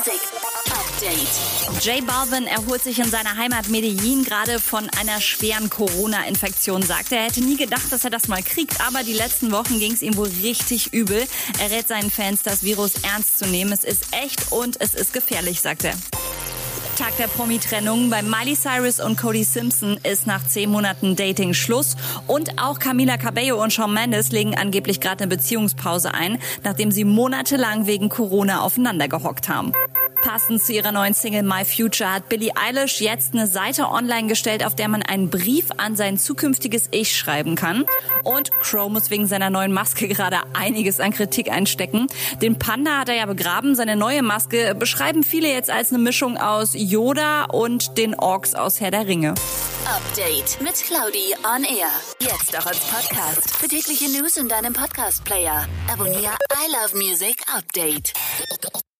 Music Update. J Balvin erholt sich in seiner Heimat Medellin gerade von einer schweren Corona-Infektion. Sagt er hätte nie gedacht, dass er das mal kriegt, aber die letzten Wochen ging es ihm wohl richtig übel. Er rät seinen Fans, das Virus ernst zu nehmen. Es ist echt und es ist gefährlich, sagt er. Tag der Promi-Trennung. Bei Miley Cyrus und Cody Simpson ist nach 10 Monaten Dating Schluss. Und auch Camila Cabello und Shawn Mendes legen angeblich gerade eine Beziehungspause ein, nachdem sie monatelang wegen Corona aufeinander gehockt haben. Passend zu ihrer neuen Single My Future hat Billie Eilish jetzt eine Seite online gestellt, auf der man einen Brief an sein zukünftiges Ich schreiben kann. Und Crow muss wegen seiner neuen Maske gerade einiges an Kritik einstecken. Den Panda hat er ja begraben. Seine neue Maske beschreiben viele jetzt als eine Mischung aus Yoda und den Orks aus Herr der Ringe. Update mit Claudi on Air. Jetzt auch als Podcast. Für tägliche News in deinem Podcast-Player. Abonniere I Love Music Update.